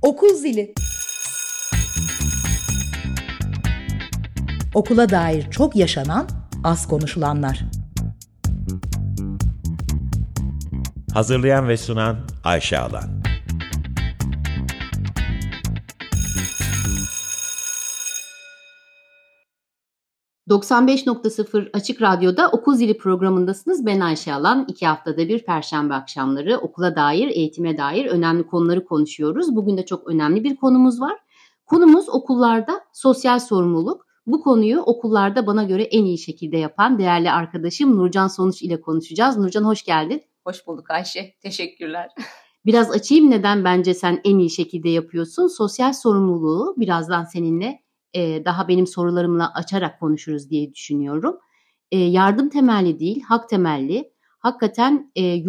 Okul zili. Okula dair çok yaşanan, az konuşulanlar. Hazırlayan ve sunan Ayşe Alan. ...95.0 Açık Radyo'da Okul Zili programındasınız. Ben Ayşe Alan. 2 haftada bir Perşembe akşamları okula dair, eğitime dair önemli konuları konuşuyoruz. Bugün de çok önemli bir konumuz var. Konumuz okullarda sosyal sorumluluk. Bu konuyu okullarda bana göre en iyi şekilde yapan değerli arkadaşım Nurcan Sonuç ile konuşacağız. Nurcan, hoş geldin. Hoş bulduk Ayşe. Teşekkürler. Biraz açayım neden bence sen en iyi şekilde yapıyorsun. Sosyal sorumluluğu birazdan seninle daha benim sorularımla açarak konuşuruz diye düşünüyorum. Yardım temelli değil, hak temelli. Hakikaten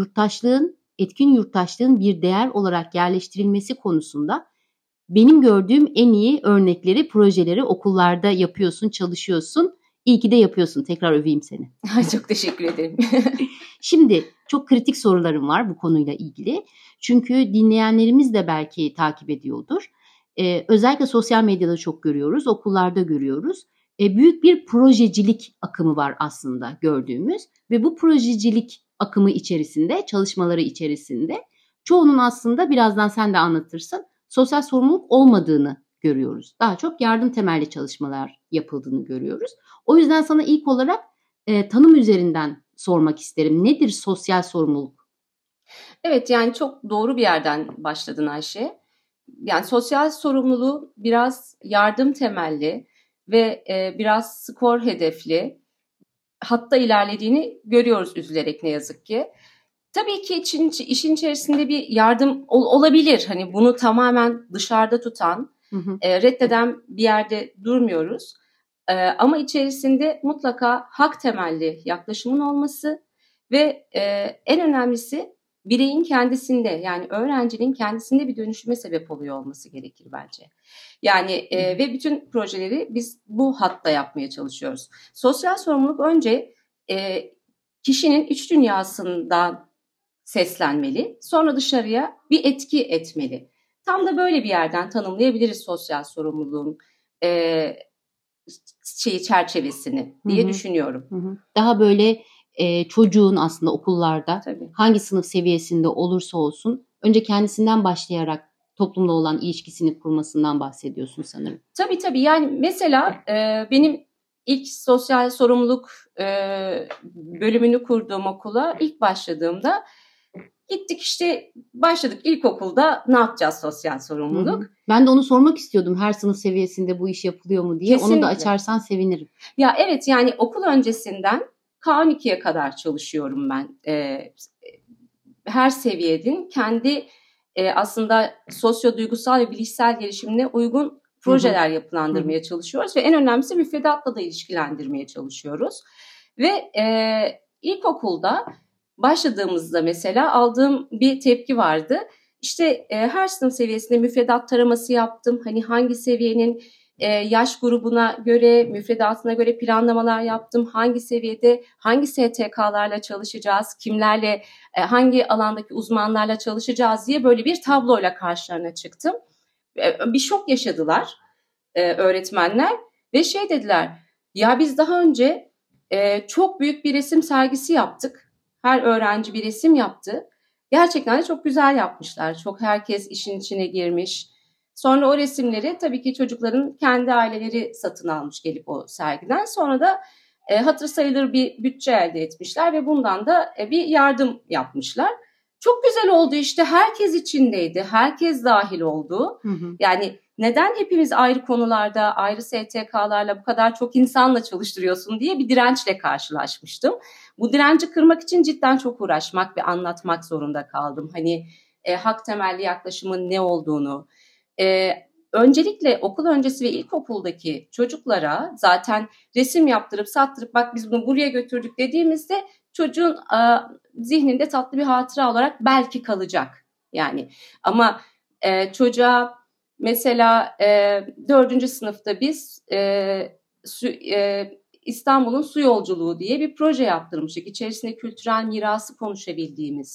etkin yurttaşlığın bir değer olarak yerleştirilmesi konusunda benim gördüğüm en iyi örnekleri, projeleri okullarda yapıyorsun, çalışıyorsun. İyi ki de yapıyorsun. Tekrar öveyim seni. Çok teşekkür ederim. Şimdi çok kritik sorularım var bu konuyla ilgili. Çünkü dinleyenlerimiz de belki takip ediyordur. Özellikle sosyal medyada çok görüyoruz, okullarda görüyoruz. Büyük bir projecilik akımı var aslında gördüğümüz. Ve bu projecilik akımı içerisinde, çalışmaları içerisinde çoğunun aslında birazdan sen de anlatırsın, sosyal sorumluluk olmadığını görüyoruz. Daha çok yardım temelli çalışmalar yapıldığını görüyoruz. O yüzden sana ilk olarak tanım üzerinden sormak isterim. Nedir sosyal sorumluluk? Evet, yani çok doğru bir yerden başladın Ayşe. Yani sosyal sorumluluğu biraz yardım temelli ve biraz skor hedefli hatta ilerlediğini görüyoruz üzülerek ne yazık ki. Tabii ki işin içerisinde bir yardım olabilir. Hani bunu tamamen dışarıda tutan, reddeden bir yerde durmuyoruz. Ama içerisinde mutlaka hak temelli yaklaşımın olması ve en önemlisi bireyin kendisinde, yani öğrencinin kendisinde bir dönüşüme sebep oluyor olması gerekir bence. Yani ve bütün projeleri biz bu hatta yapmaya çalışıyoruz. Sosyal sorumluluk önce kişinin iç dünyasından seslenmeli, sonra dışarıya bir etki etmeli. Tam da böyle bir yerden tanımlayabiliriz sosyal sorumluluğun çerçevesini diye düşünüyorum. Daha böyle çocuğun aslında okullarda hangi sınıf seviyesinde olursa olsun önce kendisinden başlayarak toplumla olan ilişkisini kurmasından bahsediyorsun sanırım. Tabii yani mesela benim ilk sosyal sorumluluk bölümünü kurduğum okula ilk başladığımda gittik işte başladık ilkokulda ne yapacağız sosyal sorumluluk. Ben de onu sormak istiyordum, her sınıf seviyesinde bu iş yapılıyor mu diye. Kesinlikle. Onu da açarsan sevinirim. Ya evet, yani okul öncesinden K12'ye kadar çalışıyorum ben. Her seviyenin kendi aslında sosyo-duygusal ve bilişsel gelişimine uygun projeler yapılandırmaya çalışıyoruz. Ve en önemlisi müfredatla da ilişkilendirmeye çalışıyoruz. Ve ilkokulda başladığımızda mesela aldığım bir tepki vardı. İşte her sınıf seviyesinde müfredat taraması yaptım. Hani hangi seviyenin yaş grubuna göre, müfredatına göre planlamalar yaptım. Hangi seviyede, hangi STK'larla çalışacağız, kimlerle, hangi alandaki uzmanlarla çalışacağız diye böyle bir tabloyla karşılarına çıktım. Bir şok yaşadılar öğretmenler ve şey dediler, ya biz daha önce çok büyük bir resim sergisi yaptık. Her öğrenci bir resim yaptı. Gerçekten de çok güzel yapmışlar. Çok herkes işin içine girmiş. Sonra o resimleri tabii ki çocukların kendi aileleri satın almış gelip o sergiden. Sonra da hatır sayılır bir bütçe elde etmişler ve bundan da bir yardım yapmışlar. Çok güzel oldu işte, herkes içindeydi, herkes dahil oldu. Yani neden hepimiz ayrı konularda, ayrı STK'larla bu kadar çok insanla çalıştırıyorsun diye bir dirençle karşılaşmıştım. Bu direnci kırmak için cidden çok uğraşmak ve anlatmak zorunda kaldım. Hani hak temelli yaklaşımın ne olduğunu. Öncelikle okul öncesi ve ilkokuldaki çocuklara zaten resim yaptırıp sattırıp bak biz bunu buraya götürdük dediğimizde çocuğun zihninde tatlı bir hatıra olarak belki kalacak. Yani ama çocuğa mesela 4. sınıfta biz İstanbul'un su yolculuğu diye bir proje yaptırmıştık. İçerisinde kültürel mirası konuşabildiğimiz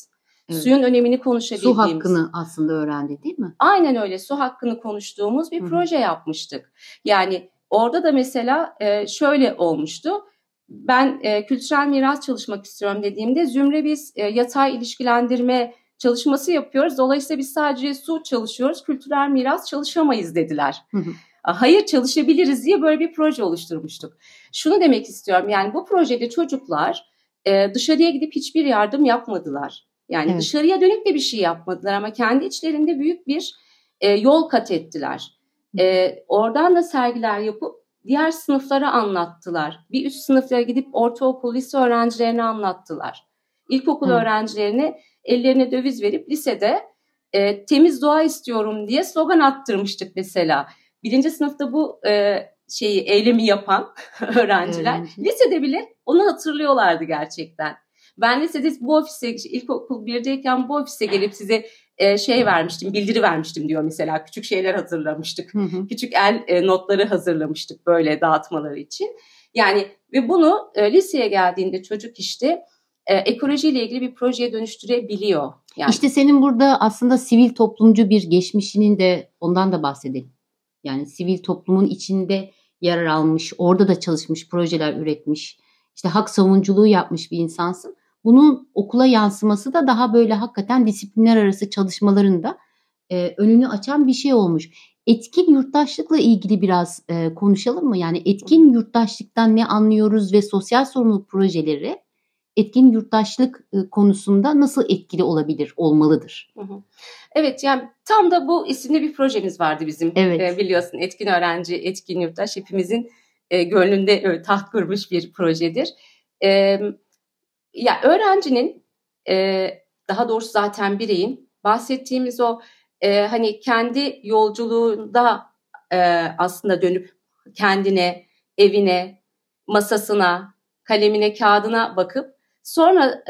Evet. Suyun önemini konuşabildiğimiz. Su hakkını aslında öğrendi değil mi? Aynen öyle, su hakkını konuştuğumuz bir proje yapmıştık. Yani orada da mesela şöyle olmuştu. Ben kültürel miras çalışmak istiyorum dediğimde Zümre biz yatay ilişkilendirme çalışması yapıyoruz. Dolayısıyla biz sadece su çalışıyoruz, kültürel miras çalışamayız dediler. Hayır, çalışabiliriz diye böyle bir proje oluşturmuştuk. Şunu demek istiyorum, yani bu projede çocuklar dışarıya gidip hiçbir yardım yapmadılar. Yani Evet. dışarıya dönük de bir şey yapmadılar ama kendi içlerinde büyük bir yol kat ettiler. Oradan da sergiler yapıp diğer sınıflara anlattılar. Bir üst sınıflara gidip ortaokul, lise öğrencilerine anlattılar. İlkokul öğrencilerine ellerine döviz verip lisede temiz doğa istiyorum diye slogan attırmıştık mesela. 1. sınıfta bu eylemi yapan öğrenciler lisede bile onu hatırlıyorlardı gerçekten. Ben lisede bu ofise, ilkokul 1'deyken bu ofise gelip size vermiştim, bildiri vermiştim diyor mesela. Küçük şeyler hazırlamıştık. Küçük el notları hazırlamıştık böyle dağıtmaları için. Yani ve bunu liseye geldiğinde çocuk işte ekolojiyle ilgili bir projeye dönüştürebiliyor. Yani. İşte senin burada aslında sivil toplumcu bir geçmişinin de ondan da bahsedelim. Yani sivil toplumun içinde yer almış, orada da çalışmış, projeler üretmiş, işte hak savunuculuğu yapmış bir insansın. Bunun okula yansıması da daha böyle hakikaten disiplinler arası çalışmaların da önünü açan bir şey olmuş. Etkin yurttaşlıkla ilgili biraz konuşalım mı? Yani etkin yurttaşlıktan ne anlıyoruz ve sosyal sorumluluk projeleri etkin yurttaşlık konusunda nasıl etkili olabilir, olmalıdır? Evet, yani tam da bu isimli bir projemiz vardı bizim. Evet. Biliyorsun, etkin öğrenci, etkin yurttaş hepimizin gönlünde taht kurmuş bir projedir. Ya öğrencinin, daha doğrusu zaten bireyin bahsettiğimiz o hani kendi yolculuğunda aslında dönüp kendine, evine, masasına, kalemine, kağıdına bakıp sonra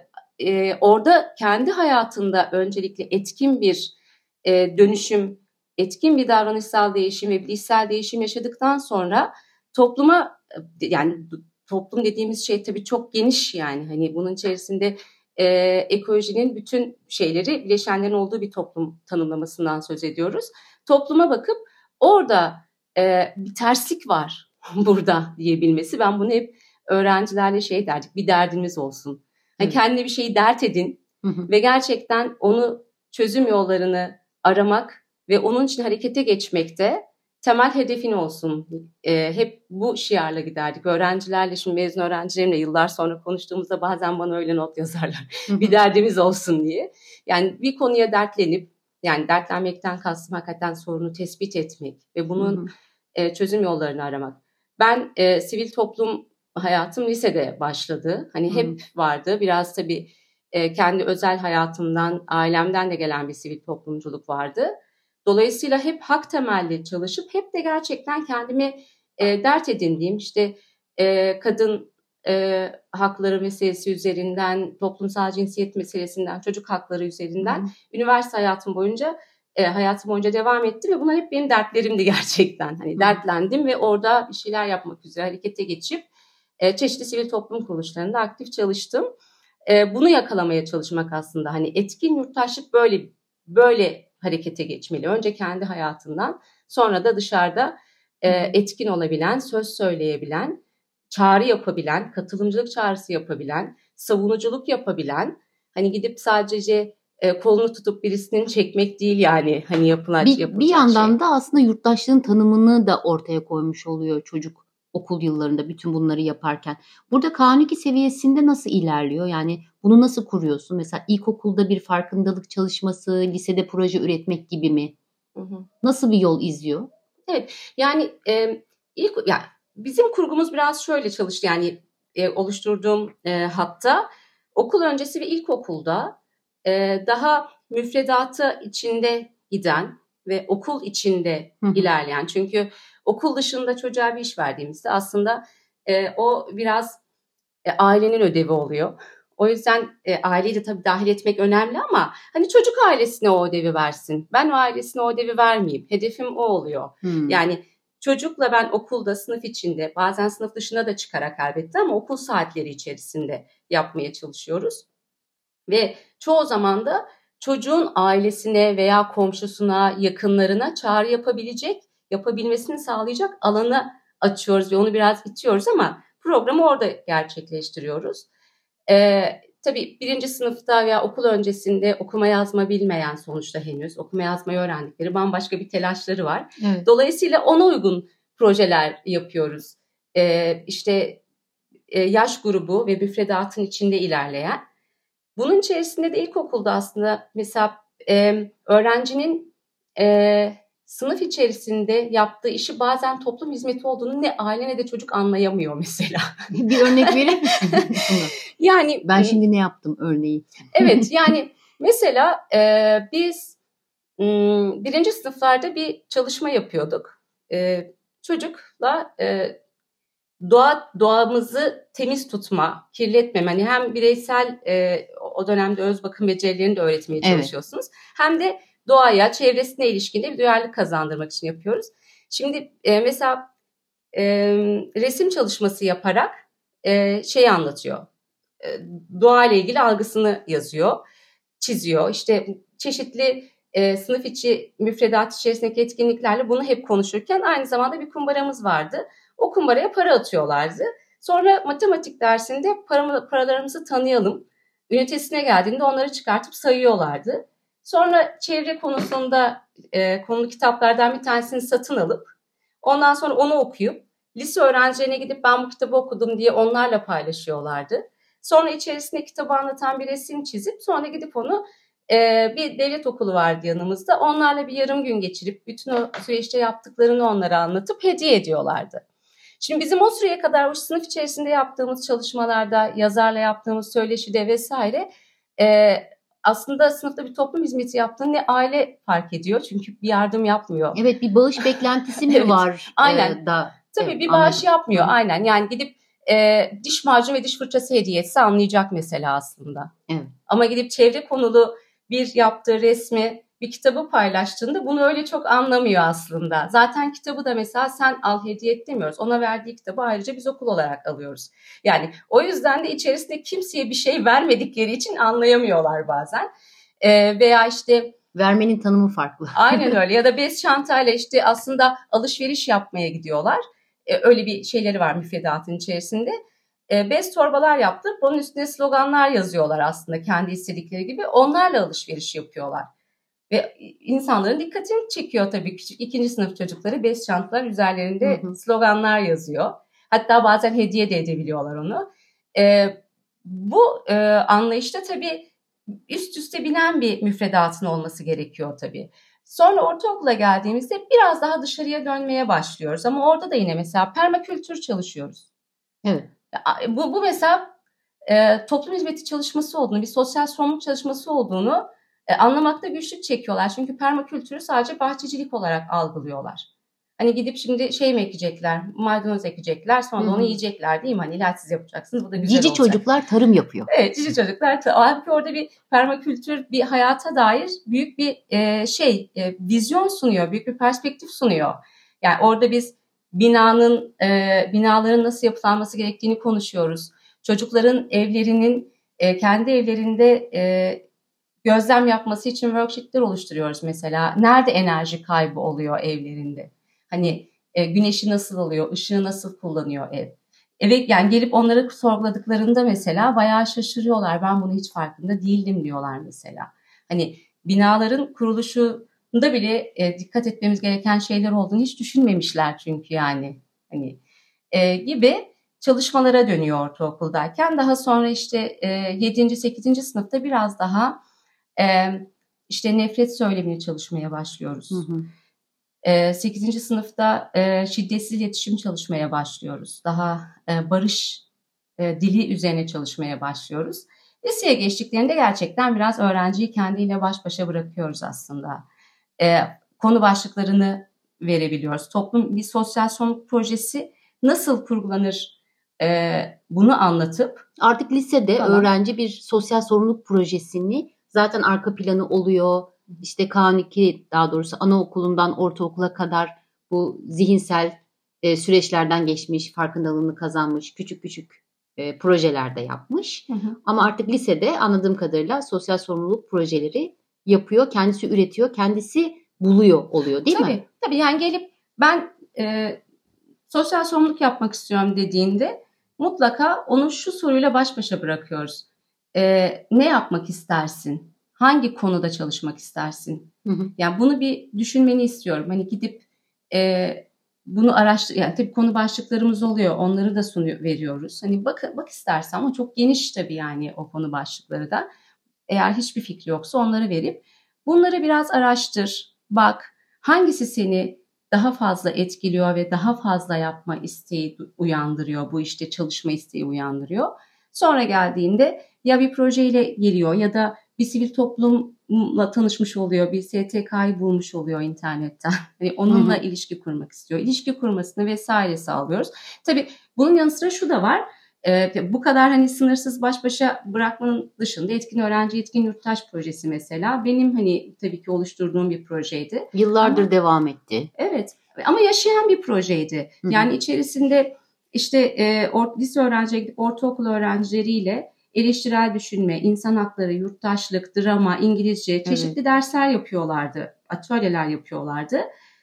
orada kendi hayatında öncelikle etkin bir dönüşüm, etkin bir davranışsal değişim ve bilişsel değişim yaşadıktan sonra topluma, yani toplum dediğimiz şey tabii çok geniş, yani hani bunun içerisinde ekolojinin bütün şeyleri, bileşenlerin olduğu bir toplum tanımlamasından söz ediyoruz. Topluma bakıp orada bir terslik var burada diyebilmesi. Ben bunu hep öğrencilerle derdik, bir derdiniz olsun. Yani kendine bir şeyi dert edin ve gerçekten onu, çözüm yollarını aramak ve onun için harekete geçmekte temel hedefin olsun. Hep bu şiarla giderdik. Öğrencilerle, şimdi mezun öğrencilerimle yıllar sonra konuştuğumuzda bazen bana öyle not yazarlar. Bir derdimiz olsun diye. Yani bir konuya dertlenip, yani dertlenmekten kastım hakikaten sorunu tespit etmek ve bunun çözüm yollarını aramak. Ben sivil toplum hayatım lisede başladı. Hani hep vardı. Biraz tabii kendi özel hayatımdan, ailemden de gelen bir sivil toplumculuk vardı. Dolayısıyla hep hak temelli çalışıp hep de gerçekten kendime dert edindiğim, işte kadın hakları meselesi üzerinden, toplumsal cinsiyet meselesinden, çocuk hakları üzerinden üniversite hayatım boyunca devam etti ve bunlar hep benim dertlerimdi gerçekten. Hani dertlendim ve orada bir şeyler yapmak üzere harekete geçip çeşitli sivil toplum kuruluşlarında aktif çalıştım. Bunu yakalamaya çalışmak aslında, hani etkin yurttaşlık böyle harekete geçmeli. Önce kendi hayatından, sonra da dışarıda etkin olabilen, söz söyleyebilen, çağrı yapabilen, katılımcılık çağrısı yapabilen, savunuculuk yapabilen, hani gidip sadece kolunu tutup birisinin çekmek değil, yani hani yapılacak bir yandan da aslında yurttaşlığın tanımını da ortaya koymuş oluyor çocuk okul yıllarında bütün bunları yaparken. Burada K12 seviyesinde nasıl ilerliyor? Yani bunu nasıl kuruyorsun? Mesela ilkokulda bir farkındalık çalışması, lisede proje üretmek gibi mi? Nasıl bir yol izliyor? Evet, yani bizim kurgumuz biraz şöyle çalıştı. Yani oluşturduğum hatta okul öncesi ve ilkokulda daha müfredatı içinde giden ve okul içinde ilerleyen. Çünkü okul dışında çocuğa bir iş verdiğimizde aslında o biraz ailenin ödevi oluyor. O yüzden aileyi de tabii dahil etmek önemli ama hani çocuk ailesine o ödevi versin. Ben o ailesine o ödevi vermeyeyim. Hedefim o oluyor. Yani çocukla ben okulda, sınıf içinde, bazen sınıf dışına da çıkarak elbette ama okul saatleri içerisinde yapmaya çalışıyoruz. Ve çoğu zaman da çocuğun ailesine veya komşusuna, yakınlarına çağrı yapabilmesini sağlayacak alanı açıyoruz ve onu biraz itiyoruz ama programı orada gerçekleştiriyoruz. Tabii 1. sınıfta veya okul öncesinde okuma yazma bilmeyen, sonuçta henüz okuma yazmayı öğrendikleri bambaşka bir telaşları var. Evet. Dolayısıyla ona uygun projeler yapıyoruz. Yaş grubu ve müfredatın içinde ilerleyen. Bunun içerisinde de ilkokulda aslında mesela öğrencinin sınıf içerisinde yaptığı işi bazen toplum hizmeti olduğunu ne aile ne de çocuk anlayamıyor mesela. Bir örnek verir misin? Yani ben şimdi ne yaptım örneği? Evet, yani mesela biz 1. sınıflarda bir çalışma yapıyorduk. Çocukla doğamızı temiz tutma, kirletmeme. Hani hem bireysel o dönemde öz bakım becerilerini de öğretmeye çalışıyorsunuz. Evet. Hem de doğaya, çevresine ilişkinde bir duyarlılık kazandırmak için yapıyoruz. Şimdi mesela resim çalışması yaparak anlatıyor. Doğayla ilgili algısını yazıyor, çiziyor. İşte çeşitli sınıf içi müfredat içerisindeki etkinliklerle bunu hep konuşurken aynı zamanda bir kumbaramız vardı. O kumbaraya para atıyorlardı. Sonra matematik dersinde paralarımızı tanıyalım ünitesine geldiğinde onları çıkartıp sayıyorlardı. Sonra çevre konusunda konulu kitaplardan bir tanesini satın alıp ondan sonra onu okuyup lise öğrencilerine gidip ben bu kitabı okudum diye onlarla paylaşıyorlardı. Sonra içerisinde kitabı anlatan bir resim çizip sonra gidip onu bir devlet okulu vardı yanımızda. Onlarla bir yarım gün geçirip bütün o süreçte yaptıklarını onlara anlatıp hediye ediyorlardı. Şimdi bizim o süreye kadar o sınıf içerisinde yaptığımız çalışmalarda, yazarla yaptığımız söyleşide vesaire aslında sınıfta bir toplum hizmeti yaptığını ne aile fark ediyor çünkü bir yardım yapmıyor. Evet, bir bağış beklentisi mi var? Aynen. Tabii bir bağış yapmıyor. Aynen. Yani gidip diş macunu ve diş fırçası hediye etse anlayacak mesela aslında. Evet. Ama gidip çevre konulu bir yaptığı resmi, bir kitabı paylaştığında bunu öyle çok anlamıyor aslında. Zaten kitabı da mesela sen al hediye et demiyoruz. Ona verdiği kitabı ayrıca biz okul olarak alıyoruz. Yani o yüzden de içerisinde kimseye bir şey vermedikleri için anlayamıyorlar bazen. Veya işte vermenin tanımı farklı. Aynen öyle. Ya da bez çantayla işte aslında alışveriş yapmaya gidiyorlar. Öyle bir şeyleri var müfredatın içerisinde. Bez torbalar yaptırıp onun üstüne sloganlar yazıyorlar aslında kendi istedikleri gibi. Onlarla alışveriş yapıyorlar. Ve insanların dikkatini çekiyor tabii küçük 2. sınıf çocukları bez çantalar üzerlerinde sloganlar yazıyor. Hatta bazen hediye de edebiliyorlar onu. Bu anlayışta tabii üst üste binen bir müfredatın olması gerekiyor tabii. Sonra ortaokula geldiğimizde biraz daha dışarıya dönmeye başlıyoruz. Ama orada da yine mesela permakültür çalışıyoruz. Evet. Bu mesela toplum hizmeti çalışması olduğunu, bir sosyal sorumluluk çalışması olduğunu anlamakta güçlük çekiyorlar. Çünkü permakültürü sadece bahçecilik olarak algılıyorlar. Hani gidip şimdi şey mi ekecekler, maydanoz ekecekler, sonra da onu yiyecekler değil mi? Hani ilaçsız yapacaksınız, bu da güzel olacak. Cici çocuklar tarım yapıyor. Evet, cici çocuklar. Halbuki orada bir permakültür, bir hayata dair büyük bir vizyon sunuyor, büyük bir perspektif sunuyor. Yani orada biz binaların nasıl yapılanması gerektiğini konuşuyoruz. Çocukların evlerinin kendi evlerinde gözlem yapması için worksheetler oluşturuyoruz mesela. Nerede enerji kaybı oluyor evlerinde? Hani güneşi nasıl alıyor, ışığı nasıl kullanıyor ev? Evet, yani gelip onları sorguladıklarında mesela bayağı şaşırıyorlar. Ben bunu hiç farkında değildim diyorlar mesela. Hani binaların kuruluşunda bile dikkat etmemiz gereken şeyler olduğunu hiç düşünmemişler çünkü yani. Hani gibi çalışmalara dönüyor ortaokuldayken. Daha sonra işte 7. 8. sınıfta biraz daha işte nefret söylemini çalışmaya başlıyoruz. 8. sınıfta şiddetsiz iletişim çalışmaya başlıyoruz. Daha barış dili üzerine çalışmaya başlıyoruz. Liseye geçtiklerinde gerçekten biraz öğrenciyi kendiyle baş başa bırakıyoruz aslında. Konu başlıklarını verebiliyoruz. Toplum bir sosyal sorumluluk projesi nasıl kurgulanır bunu anlatıp. Artık lisede öğrenci bir sosyal sorumluluk projesini zaten arka planı oluyor. İşte K12 daha doğrusu anaokulundan ortaokula kadar bu zihinsel süreçlerden geçmiş, farkındalığını kazanmış, küçük küçük projelerde yapmış. Ama artık lisede anladığım kadarıyla sosyal sorumluluk projeleri yapıyor. Kendisi üretiyor, kendisi buluyor oluyor değil mi? Tabii yani gelip ben sosyal sorumluluk yapmak istiyorum dediğinde mutlaka onu şu soruyla baş başa bırakıyoruz. Ne yapmak istersin? Hangi konuda çalışmak istersin? Yani bunu bir düşünmeni istiyorum. Hani gidip bunu araştır. Yani tabii konu başlıklarımız oluyor. Onları da veriyoruz. Hani bak istersen ama çok geniş tabii yani o konu başlıkları da. Eğer hiçbir fikri yoksa onları verip bunları biraz araştır. Bak hangisi seni daha fazla etkiliyor ve daha fazla yapma isteği uyandırıyor. Bu işte çalışma isteği uyandırıyor. Sonra geldiğinde ya bir projeyle geliyor ya da bir sivil toplumla tanışmış oluyor, bir STK'yı bulmuş oluyor internetten. Hani onunla ilişki kurmak istiyor. İlişki kurmasını vesaire sağlıyoruz. Tabii bunun yanı sıra şu da var. Bu kadar hani sınırsız baş başa bırakmanın dışında etkin öğrenci, etkin yurttaş projesi mesela benim hani tabii ki oluşturduğum bir projeydi. Yıllardır devam etti. Evet ama yaşayan bir projeydi. Yani içerisinde işte lise öğrencileri gidip ortaokul öğrencileriyle eleştirel düşünme, insan hakları, yurttaşlık, drama, İngilizce çeşitli dersler yapıyorlardı, atölyeler yapıyorlardı.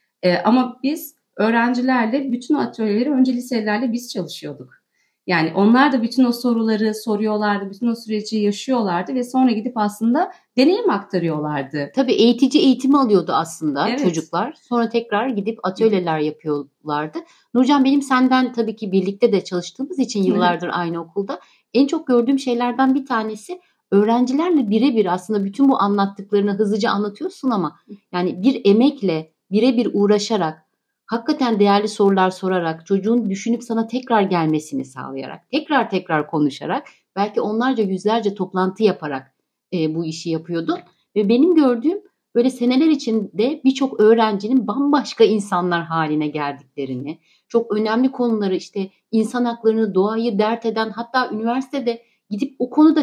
Ama biz öğrencilerle bütün o atölyeleri önce liselerle biz çalışıyorduk. Yani onlar da bütün o soruları soruyorlardı, bütün o süreci yaşıyorlardı ve sonra gidip aslında deneyim aktarıyorlardı. Tabii eğitici eğitimi alıyordu aslında çocuklar. Sonra tekrar gidip atölyeler yapıyorlardı. Nurcan benim senden tabii ki birlikte de çalıştığımız için yıllardır aynı okulda en çok gördüğüm şeylerden bir tanesi öğrencilerle birebir aslında bütün bu anlattıklarını hızlıca anlatıyorsun ama yani bir emekle birebir uğraşarak hakikaten değerli sorular sorarak, çocuğun düşünüp sana tekrar gelmesini sağlayarak, tekrar konuşarak, belki onlarca yüzlerce toplantı yaparak bu işi yapıyordun. Ve benim gördüğüm böyle seneler içinde birçok öğrencinin bambaşka insanlar haline geldiklerini, çok önemli konuları işte insan haklarını, doğayı dert eden, hatta üniversitede gidip o konuda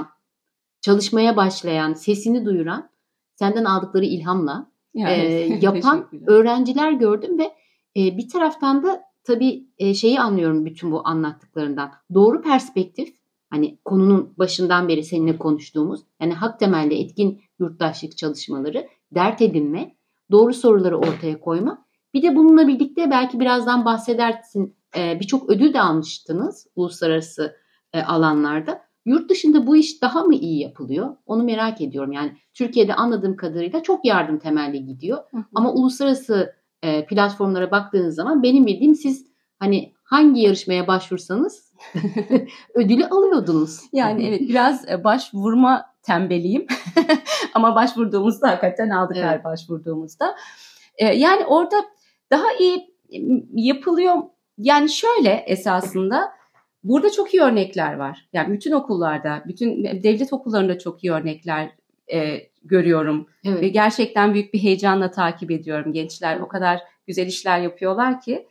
çalışmaya başlayan, sesini duyuran, senden aldıkları ilhamla yapan öğrenciler gördüm ve bir taraftan da tabii şeyi anlıyorum bütün bu anlattıklarından. Doğru perspektif, hani konunun başından beri seninle konuştuğumuz, yani hak temelli etkin yurttaşlık çalışmaları, dert edinme, doğru soruları ortaya koyma. Bir de bununla birlikte belki birazdan bahsedersin, birçok ödül de almıştınız uluslararası alanlarda. Yurt dışında bu iş daha mı iyi yapılıyor? Onu merak ediyorum. Yani Türkiye'de anladığım kadarıyla çok yardım temelli gidiyor. Ama uluslararası platformlara baktığınız zaman benim bildiğim siz hani hangi yarışmaya başvursanız ödülü alıyordunuz. Yani evet biraz başvurma tembeliyim. Ama başvurduğumuzda hakikaten aldık her başvurduğumuzda. Yani orada daha iyi yapılıyor. Yani şöyle esasında burada çok iyi örnekler var. Yani bütün okullarda, bütün devlet okullarında çok iyi örnekler görüyorum. Ve gerçekten büyük bir heyecanla takip ediyorum. Gençler o kadar güzel işler yapıyorlar ki.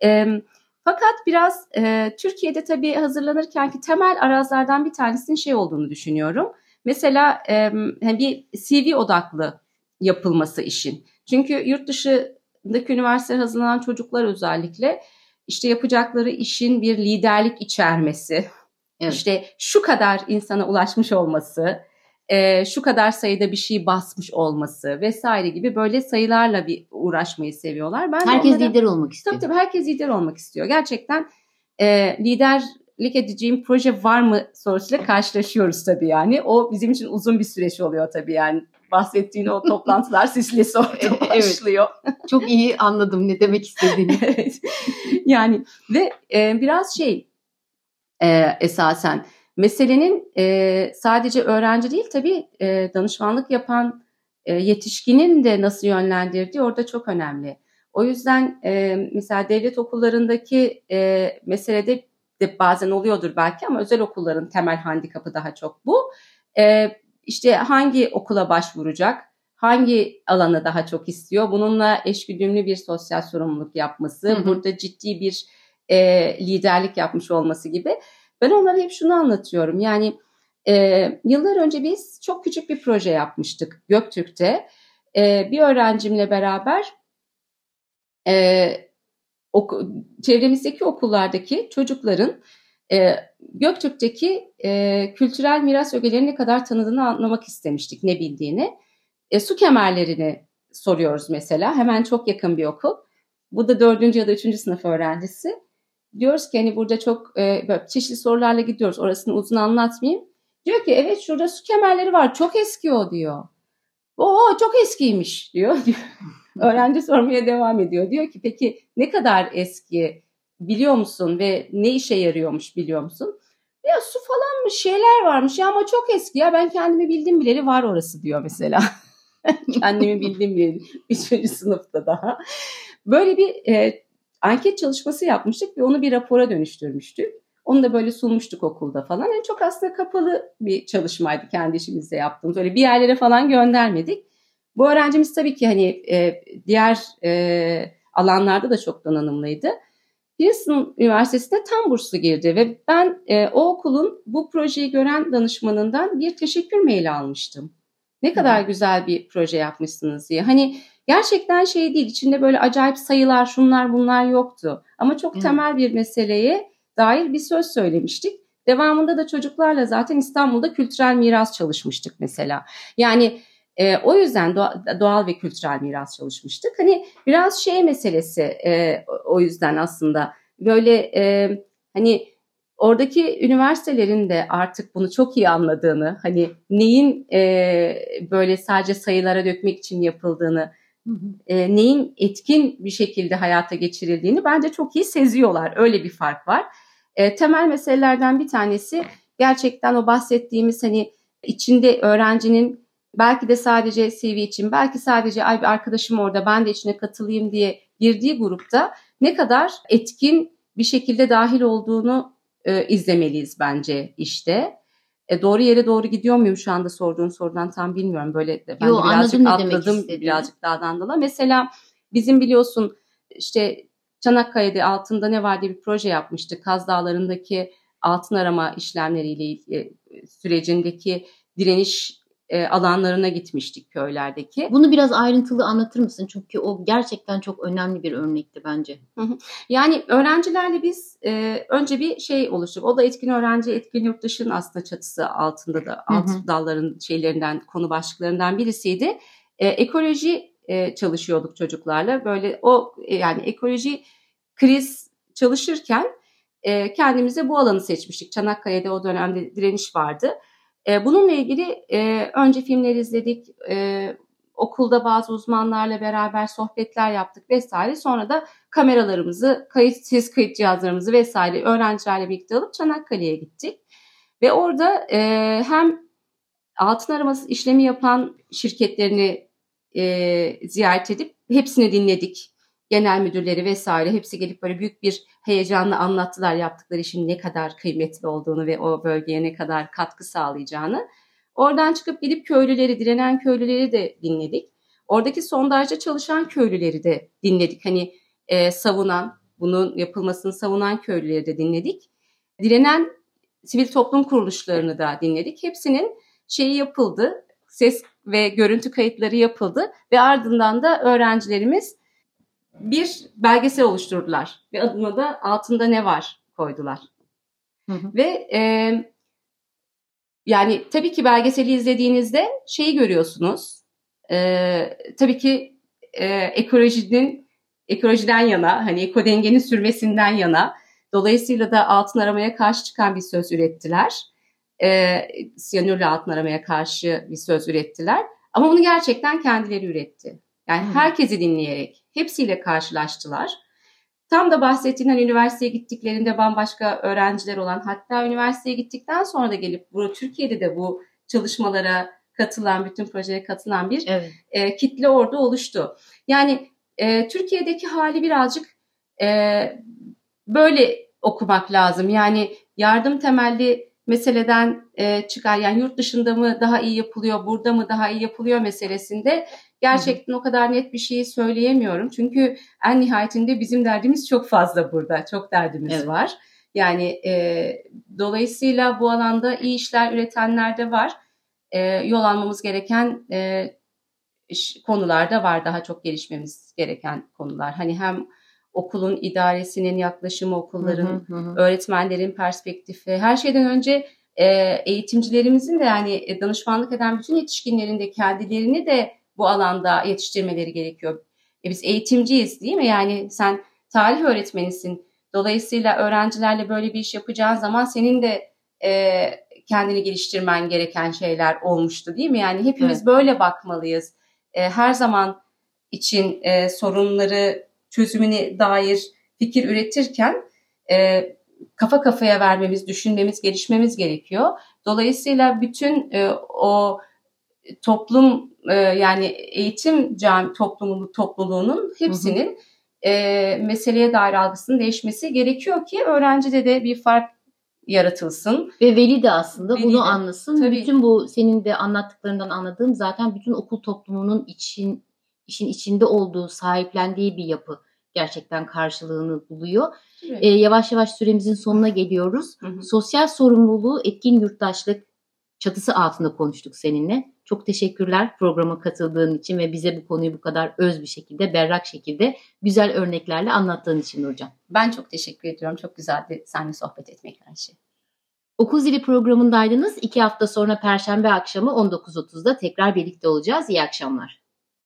Fakat biraz Türkiye'de tabii hazırlanırkenki temel arazlardan bir tanesinin şey olduğunu düşünüyorum. Mesela bir CV odaklı yapılması işin. Çünkü yurt dışındaki üniversitelere hazırlanan çocuklar özellikle işte yapacakları işin bir liderlik içermesi, işte şu kadar insana ulaşmış olması, şu kadar sayıda bir şey basmış olması vesaire gibi böyle sayılarla bir uğraşmayı seviyorlar. Herkes lider olmak istiyor. Tabii herkes lider olmak istiyor. Gerçekten liderlik edeceğim proje var mı sorusuyla karşılaşıyoruz tabii yani. O bizim için uzun bir süreç oluyor tabii yani. Bahsettiğin o toplantılar silsilesi orada başlıyor. Çok iyi anladım ne demek istediğini. Yani ve biraz esasen meselenin sadece öğrenci değil tabii danışmanlık yapan yetişkinin de nasıl yönlendirdiği orada çok önemli. O yüzden mesela devlet okullarındaki meselede de bazen oluyordur belki ama özel okulların temel handikapı daha çok bu. İşte hangi okula başvuracak, hangi alanı daha çok istiyor, bununla eşgüdümlü bir sosyal sorumluluk yapması, burada ciddi bir liderlik yapmış olması gibi. Ben onlara hep şunu anlatıyorum. Yani yıllar önce biz çok küçük bir proje yapmıştık Göktürk'te. Bir öğrencimle beraber çevremizdeki okullardaki çocukların Göktürk'teki kültürel miras ögelerini ne kadar tanıdığını anlamak istemiştik, ne bildiğini. Su kemerlerini soruyoruz mesela. Hemen çok yakın bir okul. Bu da 4. ya da 3. sınıf öğrencisi. Diyoruz ki hani burada çok böyle çeşitli sorularla gidiyoruz. Orasını uzun anlatmayayım. Diyor ki evet şurada su kemerleri var. Çok eski o diyor. Oo çok eskiymiş diyor. Öğrenci sormaya devam ediyor. Diyor ki peki ne kadar eski biliyor musun ve ne işe yarıyormuş biliyor musun? Ya su falanmış şeyler varmış ya ama çok eski ya ben kendimi bildim bileli var orası diyor mesela. Kendimi bildim bileli 3. sınıfta daha. Böyle bir anket çalışması yapmıştık ve onu bir rapora dönüştürmüştük. Onu da böyle sunmuştuk okulda falan. Yani çok aslında kapalı bir çalışmaydı kendi işimizde yaptığımız. Öyle bir yerlere falan göndermedik. Bu öğrencimiz tabii ki hani diğer alanlarda da çok donanımlıydı. Princeton Üniversitesi'ne tam burslu girdi ve ben o okulun bu projeyi gören danışmanından bir teşekkür maili almıştım. Ne kadar güzel bir proje yapmışsınız diye. Hani gerçekten şey değil, içinde böyle acayip sayılar, şunlar bunlar yoktu. Ama çok temel bir meseleye dair bir söz söylemiştik. Devamında da çocuklarla zaten İstanbul'da kültürel miras çalışmıştık mesela. Yani o yüzden doğal ve kültürel miras çalışmıştık. Hani biraz şey meselesi o yüzden aslında böyle hani oradaki üniversitelerin de artık bunu çok iyi anladığını, hani neyin böyle sadece sayılara dökmek için yapıldığını, neyin etkin bir şekilde hayata geçirildiğini bence çok iyi seziyorlar. Öyle bir fark var. Temel meselelerden bir tanesi gerçekten o bahsettiğimiz hani içinde öğrencinin belki de sadece CV için, belki sadece ay bir arkadaşım orada ben de içine katılayım diye girdiği grupta ne kadar etkin bir şekilde dahil olduğunu izlemeliyiz bence işte. Doğru yere doğru gidiyor muyum şu anda sorduğun sorudan tam bilmiyorum. Böyle ben de birazcık atladım birazcık dağdan dala. Mesela bizim biliyorsun işte Çanakkale'de altında ne var diye bir proje yapmıştık. Kaz Dağları'ndaki altın arama işlemleriyle sürecindeki direniş alanlarına gitmiştik köylerdeki. Bunu biraz ayrıntılı anlatır mısın? Çünkü o gerçekten çok önemli bir örnekti bence. Yani öğrencilerle biz önce bir şey oluştuk. O da Etkin Öğrenci, Etkin Yurttaş'ın aslında çatısı altında da alt dalların şeylerinden, konu başlıklarından birisiydi. Ekoloji çalışıyorduk çocuklarla. Böyle o yani ekoloji kriz çalışırken kendimize bu alanı seçmiştik. Çanakkale'de o dönemde direniş vardı. Bununla ilgili önce filmleri izledik, okulda bazı uzmanlarla beraber sohbetler yaptık vesaire. Sonra da kameralarımızı, ses kayıt cihazlarımızı vesaire öğrencilerle birlikte alıp Çanakkale'ye gittik. Ve orada hem altın araması işlemi yapan şirketlerini ziyaret edip hepsini dinledik. Genel müdürleri vesaire hepsi gelip böyle büyük bir heyecanla anlattılar yaptıkları işin ne kadar kıymetli olduğunu ve o bölgeye ne kadar katkı sağlayacağını. Oradan çıkıp gidip köylüleri, direnen köylüleri de dinledik. Oradaki sondajda çalışan köylüleri de dinledik. Hani savunan, bunun yapılmasını savunan köylüleri de dinledik. Direnen sivil toplum kuruluşlarını da dinledik. Hepsinin şeyi yapıldı, ses ve görüntü kayıtları yapıldı ve ardından da öğrencilerimiz bir belgesel oluşturdular ve adına da altında ne var koydular. Ve yani tabii ki belgeseli izlediğinizde şeyi görüyorsunuz. Tabii ki ekolojiden yana, hani ekodengenin sürmesinden yana. Dolayısıyla da altın aramaya karşı çıkan bir söz ürettiler. Siyanürle altın aramaya karşı bir söz ürettiler. Ama bunu gerçekten kendileri üretti. Yani herkesi dinleyerek, hepsiyle karşılaştılar. Tam da bahsettiğin hani üniversiteye gittiklerinde bambaşka öğrenciler olan, hatta üniversiteye gittikten sonra da gelip Türkiye'de de bu çalışmalara katılan, bütün projeye katılan bir kitle orada oluştu. Yani Türkiye'deki hali birazcık böyle okumak lazım. Yani yardım temelli meseleden çıkar. Yani yurt dışında mı daha iyi yapılıyor, burada mı daha iyi yapılıyor meselesinde gerçekten o kadar net bir şeyi söyleyemiyorum. Çünkü en nihayetinde bizim derdimiz çok fazla burada. Çok derdimiz var. Yani dolayısıyla bu alanda iyi işler üretenler de var. Yol almamız gereken konular da var. Daha çok gelişmemiz gereken konular. Hani hem okulun idaresinin yaklaşımı, okulların, öğretmenlerin perspektifi, her şeyden önce eğitimcilerimizin de yani danışmanlık eden bütün yetişkinlerin de kendilerini de bu alanda yetiştirmeleri gerekiyor. Biz eğitimciyiz değil mi? Yani sen tarih öğretmenisin. Dolayısıyla öğrencilerle böyle bir iş yapacağın zaman senin de kendini geliştirmen gereken şeyler olmuştu değil mi? Yani hepimiz böyle bakmalıyız. Her zaman için sorunları çözümüne dair fikir üretirken kafa kafaya vermemiz, düşünmemiz, gelişmemiz gerekiyor. Dolayısıyla bütün o toplum yani eğitim topluluğunun hepsinin meseleye dair algısının değişmesi gerekiyor ki öğrencide de bir fark yaratılsın. Ve veli de aslında Veli bunu de, anlasın. tabii. Bütün bu senin de anlattıklarından anladığım zaten bütün okul toplumunun işin içinde olduğu, sahiplendiği bir yapı gerçekten karşılığını buluyor. Yavaş yavaş süremizin sonuna geliyoruz. Sosyal sorumluluğu etkin yurttaşlık çatısı altında konuştuk seninle. Çok teşekkürler programa katıldığın için ve bize bu konuyu bu kadar öz bir şekilde, berrak şekilde güzel örneklerle anlattığın için Nurcan. Ben çok teşekkür ediyorum. Çok güzeldi seninle sohbet etmek her şey. Okul Zili programındaydınız. 2 hafta sonra Perşembe akşamı 19.30'da tekrar birlikte olacağız. İyi akşamlar.